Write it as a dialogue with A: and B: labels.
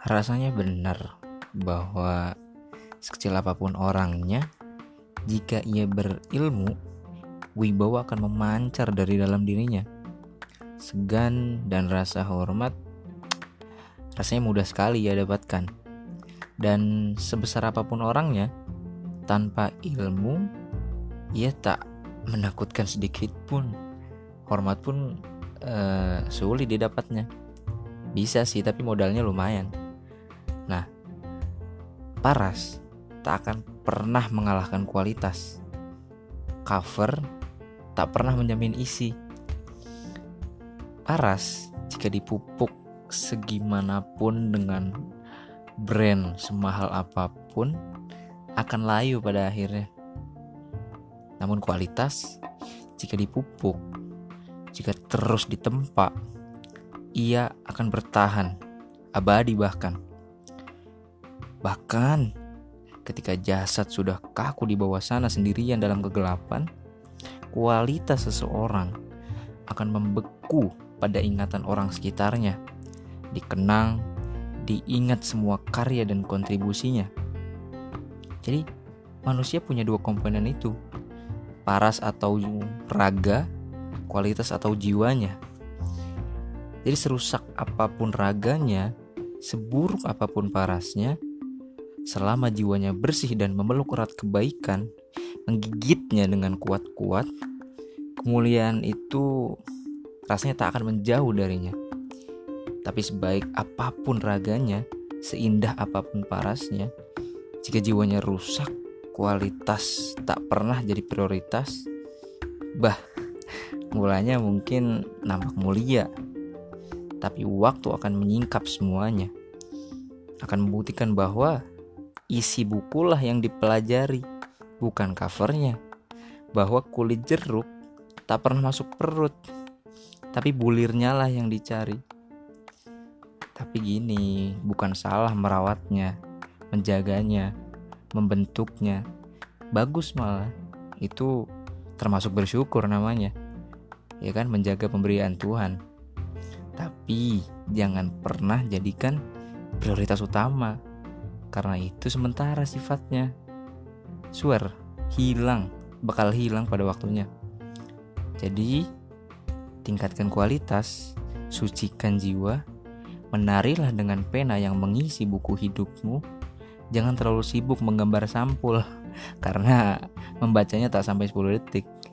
A: Rasanya benar bahwa sekecil apapun orangnya, jika ia berilmu, wibawa akan memancar dari dalam dirinya. Segan dan rasa hormat rasanya mudah sekali ia dapatkan. Dan sebesar apapun orangnya, tanpa ilmu, ia tak menakutkan sedikit pun. Hormat pun sulit didapatnya. Bisa sih, tapi modalnya lumayan. Nah, paras tak akan pernah mengalahkan kualitas. Cover tak pernah menjamin isi. Paras jika dipupuk segimanapun dengan brand semahal apapun akan layu pada akhirnya. Namun kualitas jika dipupuk, jika terus ditempa, ia akan bertahan, abadi bahkan. Bahkan ketika jasad sudah kaku di bawah sana sendirian dalam kegelapan, kualitas seseorang akan membeku pada ingatan orang sekitarnya. Dikenang, diingat semua karya dan kontribusinya. Jadi manusia punya dua komponen itu, paras atau raga, kualitas atau jiwanya. Jadi serusak apapun raganya, seburuk apapun parasnya, selama jiwanya bersih dan memeluk erat kebaikan, menggigitnya dengan kuat-kuat, kemuliaan itu rasanya tak akan menjauh darinya. Tapi sebaik apapun raganya, seindah apapun parasnya, jika jiwanya rusak, kualitas tak pernah jadi prioritas, mulanya mungkin nampak mulia, tapi waktu akan menyingkap semuanya. Akan membuktikan bahwa isi bukulah yang dipelajari, bukan covernya. Bahwa kulit jeruk tak pernah masuk perut, tapi bulirnya lah yang dicari. Tapi gini, bukan salah merawatnya, menjaganya, membentuknya. Bagus malah, itu termasuk bersyukur namanya. Ya kan, menjaga pemberian Tuhan. Tapi jangan pernah jadikan prioritas utama, karena itu sementara sifatnya. Swear, bakal hilang pada waktunya. Jadi tingkatkan kualitas, sucikan jiwa, menarilah dengan pena yang mengisi buku hidupmu. Jangan terlalu sibuk menggambar sampul, karena membacanya tak sampai 10 detik.